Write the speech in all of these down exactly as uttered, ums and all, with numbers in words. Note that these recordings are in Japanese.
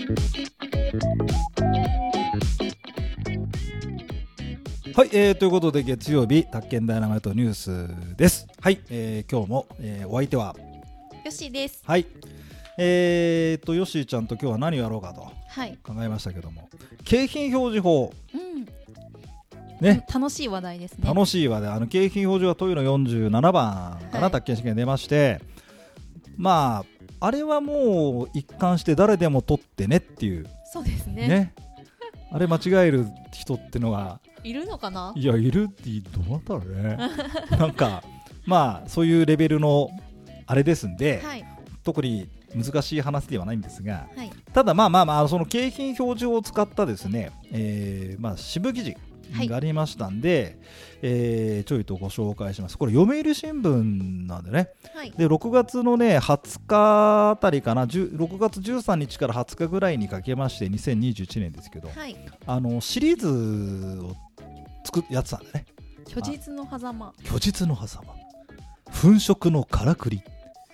はい、えー、ということで月曜日宅建ダイナマイトニュースです。はい、えー、今日も、えー、お相手はよしです。 はい、えーとよしちゃんと今日は何をやろうかとはい考えましたけども、景品表示法、 うんね、 楽しい話題ですね。 楽しい話題。あの景品表示はトイのよんじゅうななばんかな、 はい、 宅建試験出まして、まああれはもう一貫して誰でも取ってねっていう。 そうですね。 ね、あれ間違える人ってのがいるのかな。 いや、いるってどうなったらねなんかまあそういうレベルのあれですんで、 はい、 特に難しい話ではないんですが、 はい、 ただまあまあまあその景品表示を使ったですね、えー、まあ支部記事がありましたんで、はい、えー、ちょいとご紹介します。これ読売新聞なんでね、はい、でろくがつのねはつかあたりかな、ろくがつじゅうさんにちからはつかぐらいにかけましてにせんにじゅういちねんですけど、はい、あのシリーズを作っやってたんだね。 虚実の狭間、 虚実の狭間、粉飾のからくり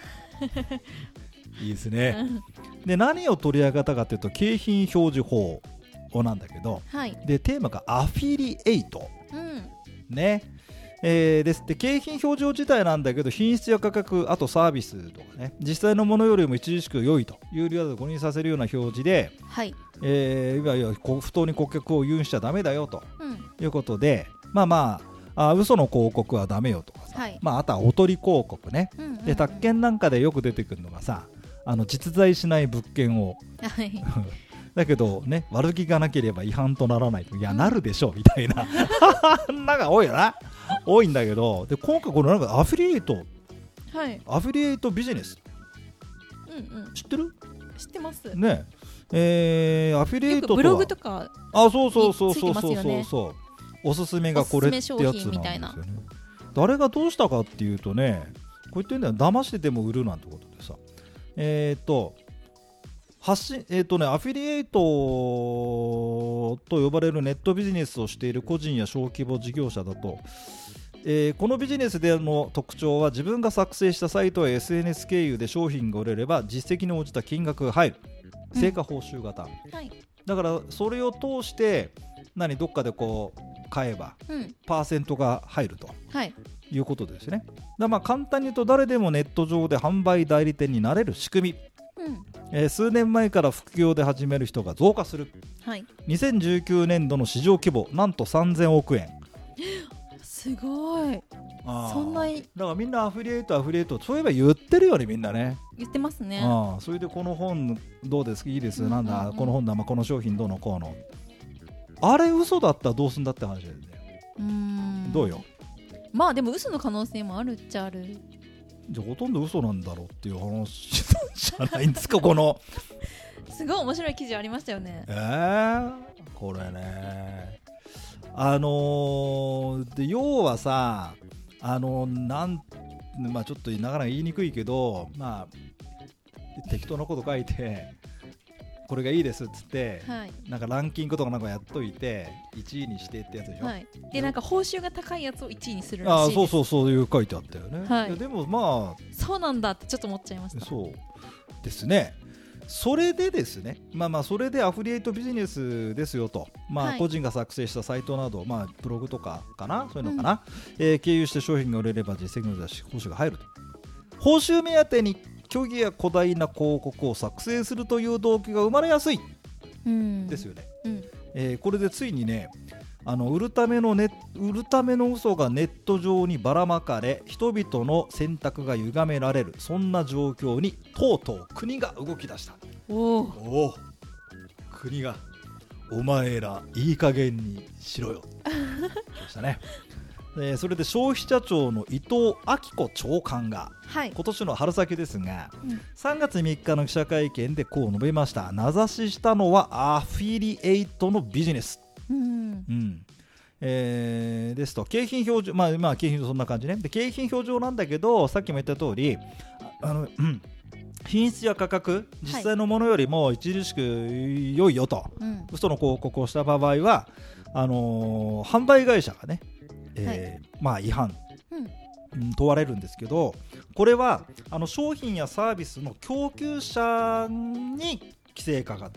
いいですねで何を取り上げたかというと景品表示法なんだけど、はい、でテーマがアフィリエイト、うん、ね、えー、です。で景品表示法自体なんだけど、品質や価格、あとサービスとかね、実際のものよりも著しく良いと有料だと誤認させるような表示で、はい、えー、いわゆる不当に顧客を誘引しちゃダメだよと、うん、いうことで、まあまああ嘘の広告はダメよとかさ、はい、まあ、あとはおとり広告ね、うんうんうん、で宅建なんかでよく出てくるのがさ、あの実在しない物件を、はい、だけどね、悪気がなければ違反とならないと、いや、うん、なるでしょみたいななんか多いよな多いんだけど、で今回このなんかアフィリエイト、はい、アフィリエイトビジネス、うんうん、知ってる？ 知ってますね、えー、アフィリエイトとはブログとか、 あ、そうそうそうそうそうそうそう、おすすめがこれってやつなんですよね。誰がどうしたかっていうとね、こう言ってんだよ、騙してでも売るなんてことでさ、えーと発信、えーとね、アフィリエイトと呼ばれるネットビジネスをしている個人や小規模事業者だと、えー、このビジネスでの特徴は、自分が作成したサイトや エスエヌエス 経由で商品が売れれば実績に応じた金額が入る、成果報酬型、うん、はい、だからそれを通して何どっかでこう買えば、うん、パーセントが入ると、はい、いうことですね。だまあ簡単に言うと、誰でもネット上で販売代理店になれる仕組み、うん、えー、数年前から副業で始める人が増加する、はい、にせんじゅうきゅうねんどの市場規模なんとさんぜんおくえん、 すごい。あ、そんなにだからみんなアフィリエイトアフィリエイトそういえば言ってるよね、みんなね言ってますね。 あ、それでこの本どうですか、いいです、うんうんうん、なんだこの本だ、まあ、この商品どうのこうの、あれ嘘だったらどうすんだって話だよね。うーん、どうよ。 まあでも嘘の可能性もあるっちゃある。 じゃあほとんど嘘なんだろうっていう話じゃないんですかこのすごい面白い記事ありましたよね。 えー、これね、あのー、で要はさ、あのー、なん、まあ、ちょっとなかなか言いにくいけど、まあ、適当なこと書いてこれがいいですっつって、はい、なんかランキングとかなんかやっといていちいにしてってやつでしょ、はい、 でなんか報酬が高いやつをいちいにするらしいです。 あ、そうそう、そういう書いてあったよね、はい、でもまあそうなんだってちょっと思っちゃいました。 そうですね。それでですね、まあまあそれでアフィリエイトビジネスですよと、まあ個人が作成したサイトなど、まあブログとかかな、そういうのかな、うん、えー、経由して商品が売れれば実績の報酬が入ると。報酬目当てに虚偽や誇大な広告を作成するという動機が生まれやすい、うん、ですよね、うん、えー、これでついにね、あの売るためのネ売るための嘘がネット上にばらまかれ、人々の選択が歪められる、そんな状況にとうとう国が動き出した。おお、国がお前らいい加減にしろよでしたね。えー、それで消費者庁の伊藤昭子長官が、はい、今年の春先ですが、うん、さんがつみっかの記者会見でこう述べました。名指ししたのはアフィリエイトのビジネス、うんうん、えー、ですと景品表示、まあまあ景品そんな感じね。で景品表示なんだけど、さっきも言った通り、あの、うん、品質や価格実際のものよりも著しく良いよと、うん、嘘の広告をした場合はあのー、販売会社がね、えーはい、まあ違反、うん、問われるんですけど、これはあの商品やサービスの供給者に規制かかってる、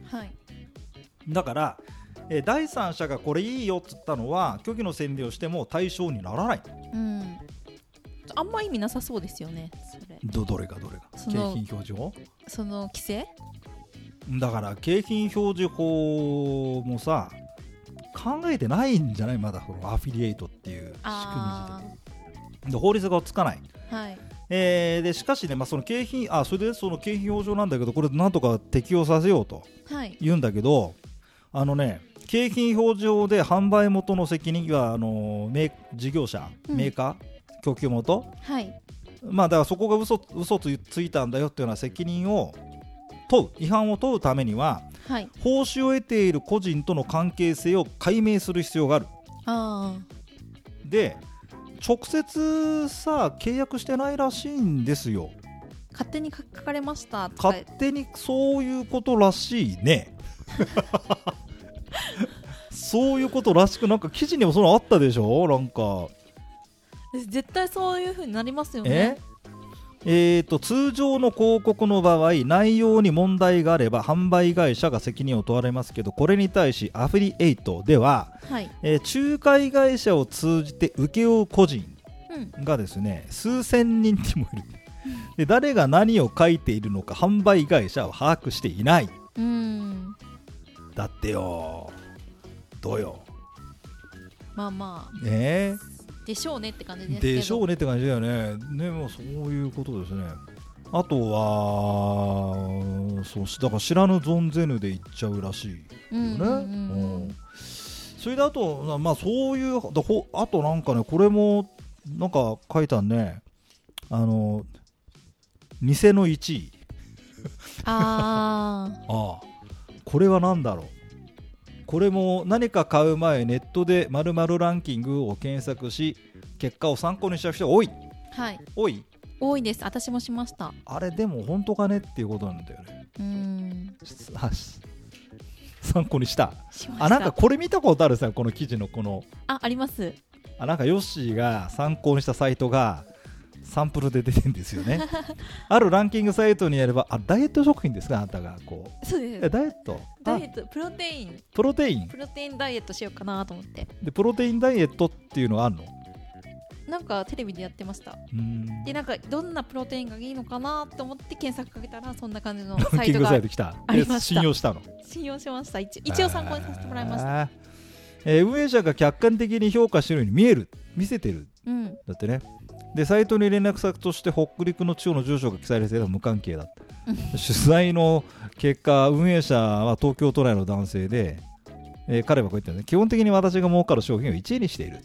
はい、 だから、えー、第三者がこれいいよっつったのは虚偽の宣伝をしても対象にならない、 うん、あんま意味なさそうですよねそれ。 ど, どれかどれか景品表示法、 その規制だから景品表示法もさ考えてないんじゃないまだこのアフィリエイトっていう仕組み自体で法律がつかない、 はい、 えー、でしかしね、まあ、その景品あそれでその景品表示法なんだけどこれなんとか適用させようと言うんだけど、はい、あのね景品表示法で販売元の責任はあのメ事業者、うん、メーカー供給元、 はい、 まあだからそこが嘘嘘つついたんだよっていうような責任を問う違反を問うためには、はい、報酬を得ている個人との関係性を解明する必要がある。あで直接さ契約してないらしいんですよ。 勝手に書かれましたとか勝手にそういうことらしいねそういうことらしくなんか記事にもそのあったでしょ。なんか絶対そういう風になりますよね。 ええー、と通常の広告の場合内容に問題があれば販売会社が責任を問われますけどこれに対しアフィリエイトでは、はいえー、仲介会社を通じて請け負う個人がですね、うん、数千人にもいるで誰が何を書いているのか販売会社は把握していない。うんだってよどうよまあまあねえでしょうねって感じですけどでしょうねって感じだよね。でもそういうことですね。あとはそうだから知らぬ存ぜぬで言っちゃうらしいよね、うんうんうんうん、それであと、まあ、そういうだほあとなんかねこれもなんか書いたねあの偽のいちいああこれは何だろう。これも何か買う前ネットで〇〇ランキングを検索し結果を参考にした人が多い、 はい、 多い多いです。私もしました。 あれでも本当かねっていうことなんだよね。うーん参考にしたしました。 あなんかこれ見たことあるさこの記事のこのああります。 あなんかヨッシーが参考にしたサイトがサンプルで出てるんですよねあるランキングサイトにやればあダイエット食品ですかあなたがこうそうですダイエットダイエットプロテインプロテインプロテインダイエットしようかなと思ってでプロテインダイエットっていうのがあるのなんかテレビでやってました。うんでなんかどんなプロテインがいいのかなと思って検索かけたらそんな感じのサイトがありました。 信用したの信用しました。 一, 一応参考にさせてもらいました。 えー、運営者が客観的に評価しているように見える見せてる、うん、だってね。でサイトに連絡先として北陸の地方の住所が記載されているのは無関係だ取材の結果運営者は東京都内の男性で、えー、彼はこう言ったね基本的に私が儲かる商品をいちいにしている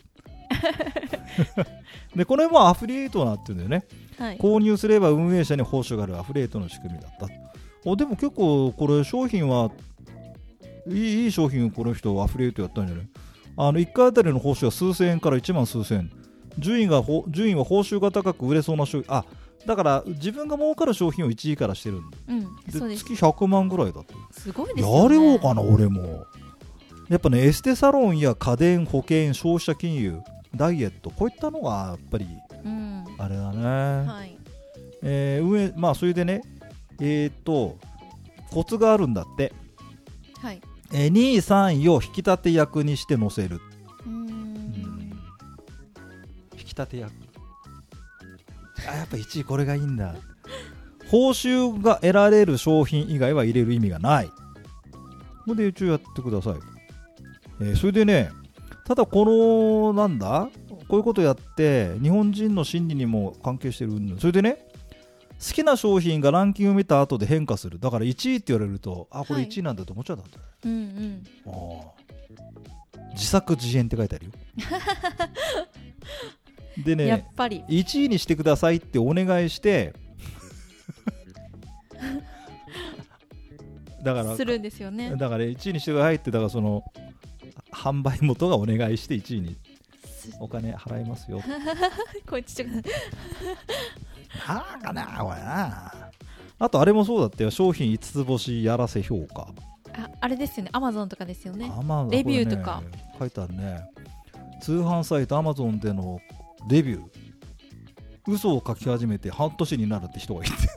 でこれもアフィリエイトなっていうんだよね、はい、購入すれば運営者に報酬があるアフィリエイトの仕組みだったおでも結構これ商品はいい、いい商品をこの人アフィリエイトやったんじゃないあのいっかいあたりの報酬は数千円からいちまん数千円順位が順位は報酬が高く売れそうな商品あだから自分が儲かる商品をいちいからしてるんだ、うん、でそうです月ひゃくまんぐらいだってすごいですよね。 やれようかな俺もやっぱねエステサロンや家電保険消費者金融ダイエットこういったのがやっぱり、うん、あれだね、はいえー、運営まあそれでねえー、っとコツがあるんだって、はいえー、にいさんいを引き立て役にして載せるうーん、うん、引き立て役あやっぱいちいこれがいいんだ報酬が得られる商品以外は入れる意味がないので一応やってください、えー、それでねただこのなんだこういうことやって日本人の心理にも関係してるそれでね好きな商品がランキングを見た後で変化するだからいちいって言われるとあこれいちいなんだと思っちゃったんだ、はいうんうん、あ自作自演って書いてあるよでねやっぱりいちいにしてくださいってお願いしてだからするんですよね。 だからいちいにしてくださいってだからその販売元がお願いしていちいにお金払いますよこいつちょっとなんかなこれなあとあれもそうだったよ商品いつつ星やらせ評価あ, あれですよねアマゾンとかですよねレビューとか、 ね、書いてあるね通販サイトアマゾンでのレビュー嘘を書き始めて半年になるって人がいて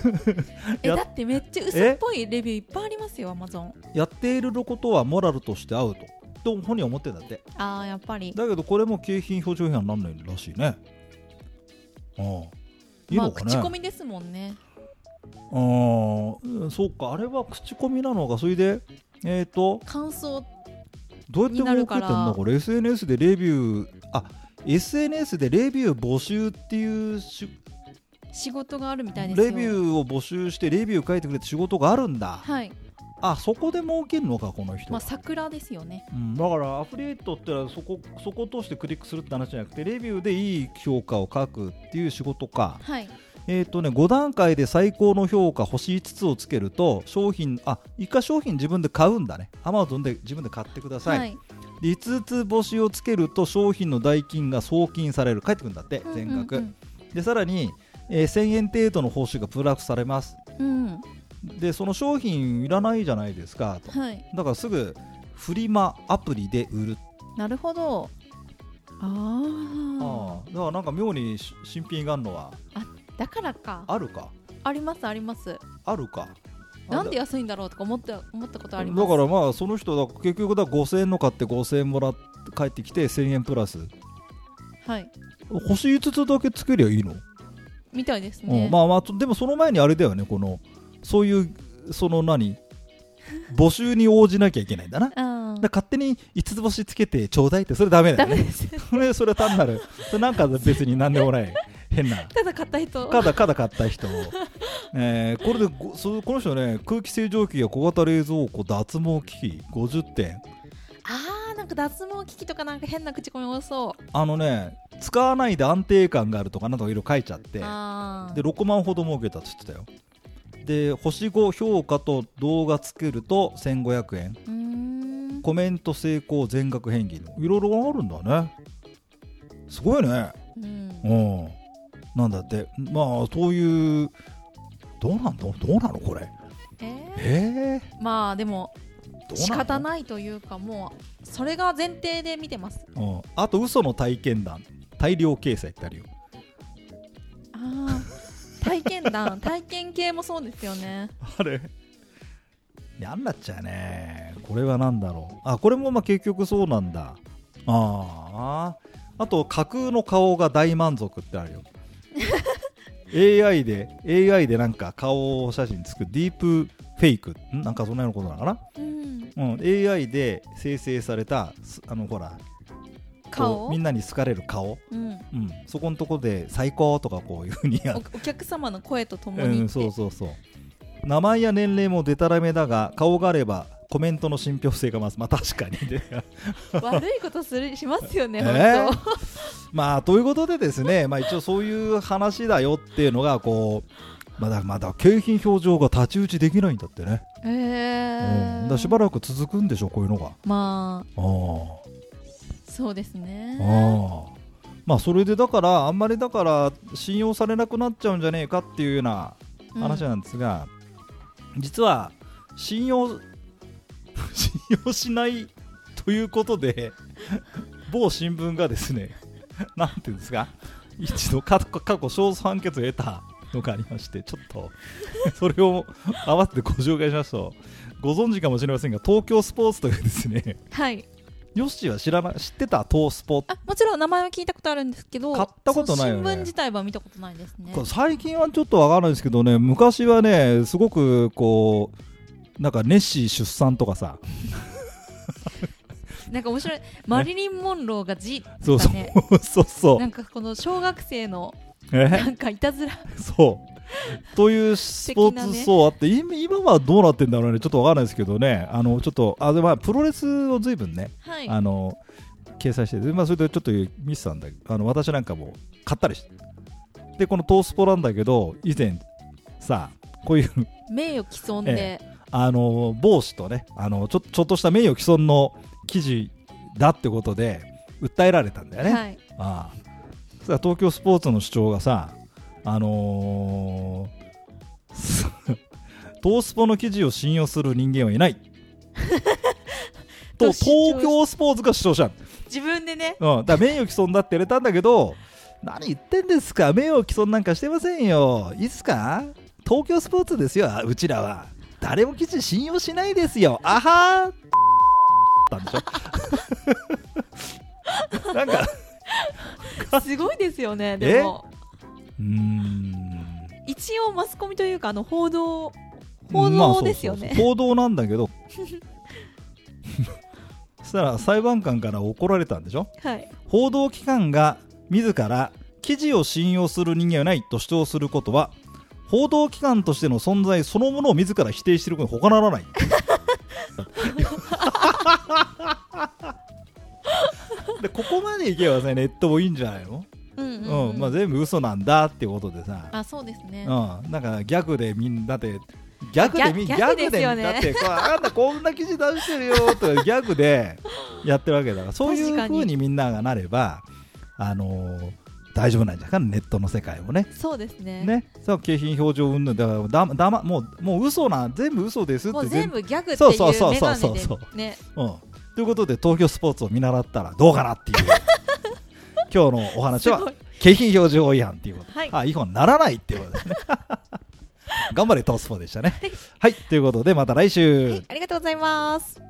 えだってめっちゃ嘘っぽいレビューいっぱいありますよ、アマゾン。 やっていることはモラルとしてアウトと本人は思ってるんだって。 ああやっぱり。 だけどこれも景品表示違反にならないらしいね。ああいいのかね。 まあ口コミですもんね。 ああそうか、あれは口コミなのか。それでえっ、ー、と感想どうやって儲けてんだこれ。 エスエヌエス でレビューあ エスエヌエス でレビュー募集っていうし仕事があるみたいですよ。 レビューを募集してレビュー書いてくれって仕事があるんだ。 はい。 あそこで儲けるのかこの人。 まあ桜ですよね、 うん、だからアフリエイトってのはそこそこを通してクリックするって話じゃなくてレビューでいい評価を書くっていう仕事か。 はい。 えーとね、ご段階で最高の評価星いつつをつけると商品あ一回商品自分で買うんだね。 Amazon で自分で買ってください、はい、でいつつつ星をつけると商品の代金が送金される、返ってくるんだって全額、うんうんうん、でさらに、えー、せんえん程度の報酬がプラスされます、うん、でその商品いらないじゃないですかと、はい、だからすぐフリマアプリで売る。 なるほど。ああだからなんか妙に新品があるのはあだからか。 あるか。 ありますあります。 あるか。 なんで安いんだろうとか思って思ったことあります。 だからまあその人だ結局だごせんえんの買ってごせんえんもらって帰ってきてせんえんプラス。はい。星いつつだけつけりゃいいの？ みたいですね。 うん、まあまあでもその前にあれだよね、このそういうその何募集に応じなきゃいけないんだな。だ勝手にいつつ星つけてちょうだいってそれダメだよね。ダメです。それそれは単なるそれなんか別に何でもない。変なただ買った人ただただ買った人、えー、これでごそこの人ね空気清浄機や小型冷蔵庫脱毛機器ごじゅってん。 あーなんか脱毛機器とかなんか変な口コミ多そう。 あのね使わないで安定感があるとかなんとかいろいろ書いちゃってでろくまんほど儲けたって言ってたよ。で星ご評価と動画つけるとせんごひゃくえん、うーんコメント成功全額返金いろいろあるんだね。すごいね。うん、うんなんだってまあそういうどうなんのどうなのこれ。えー、えー、まあでも仕方ないというかもうそれが前提で見てます、 うん、あと嘘の体験談大量掲載ってあるよ。 あ体験談体験系もそうですよね。 あれ嫌になっちゃうね。これはなんだろう。あこれもまあ結局そうなんだ。あああと架空の顔が大満足ってあるよ。エーアイ で エーアイ でなんか顔写真作るディープフェイクなんかそんなようなことなのかな、うんうん、エーアイ で生成されたあのほら顔みんなに好かれる顔、うんうん、そこのとこで最高とかこういう風にやお, お客様の声とともに、 うん、そうそうそう名前や年齢もデタラメだが顔があればコメントの信憑性が増す。まあ確かにね悪いことするしますよね、 えー、本当まあということでですね、まあ、一応そういう話だよっていうのがこうまだまだ景品表情が太刀打ちできないんだってね。へえーうん、だしばらく続くんでしょこういうのが。まああそうですね。 あまあそれでだからあんまりだから信用されなくなっちゃうんじゃねえかっていうような話なんですが、うん、実は信用信用しないということで某新聞がですねなんていうんですか一度過去勝訴判決を得たのがありましてちょっとそれを合わせてご紹介しますとご存知かもしれませんが東京スポーツというですねはいヨッシーは知らな知ってた東スポ。 あもちろん名前は聞いたことあるんですけど買ったことないよね。 新聞自体は見たことないですね。 最近はちょっとわからないですけどね昔はねすごくこうなんかネッシー出産とかさなんか面白いマリリン・モンローが字とかね、 そうそうそうそうなんかこの小学生のなんかいたずらそうというスポーツ、ね、そうあって今はどうなってんだろうねちょっとわからないですけどねあのちょっとあで、まあ、プロレスを随分ね、はい、あの掲載してて、まあ、それでちょっと見せたんだけどあの私なんかも買ったりしてでこのトースポなんだけど以前さこういう名誉毀損で、ええ、あの帽子とねあのちょ、ちょっとした名誉毀損の記事だってことで訴えられたんだよね、はい、ああ東京スポーツの主張がさあのー、東スポの記事を信用する人間はいないと東京スポーツが主張した自分でね、 うん、だから名誉毀損だって言われたんだけど何言ってんですか名誉毀損なんかしてませんよいいっすか東京スポーツですよ、うちらは誰も記事信用しないですよ、あはーったんでしょなんかすごいですよね。でもうーん一応マスコミというかあの報道報道ですよね、 まあ、そうそうそう報道なんだけどそしたら裁判官から怒られたんでしょ、 はい、 報道機関が自ら記事を信用する人間はないと主張することは報道機関としての存在そのものを自ら否定していることに他ならないでここまでいけばさネットもいいんじゃないの、うんうんうんうんまあ、全部嘘なんだっていうことでさ、 あそうですね、 うん、なんか逆でみんなで逆でみギャグですよね。 だってこあんたこんな記事出してるよとか逆でやってるわけだからそういう風にみんながなればあのー、大丈夫なんじゃないかなネットの世界もね。 そうですね。 ね、そう景品表示云々だからだだまもうもう嘘な全部嘘ですってもう全部ギャグっていうメガネでね。 うんということで東京スポーツを見習ったらどうかなっていう今日のお話は景品表示法違反っていうこと、はい、あ違反ならないっていうことですね頑張れ東スポでしたねはいということでまた来週、 はい、ありがとうございます。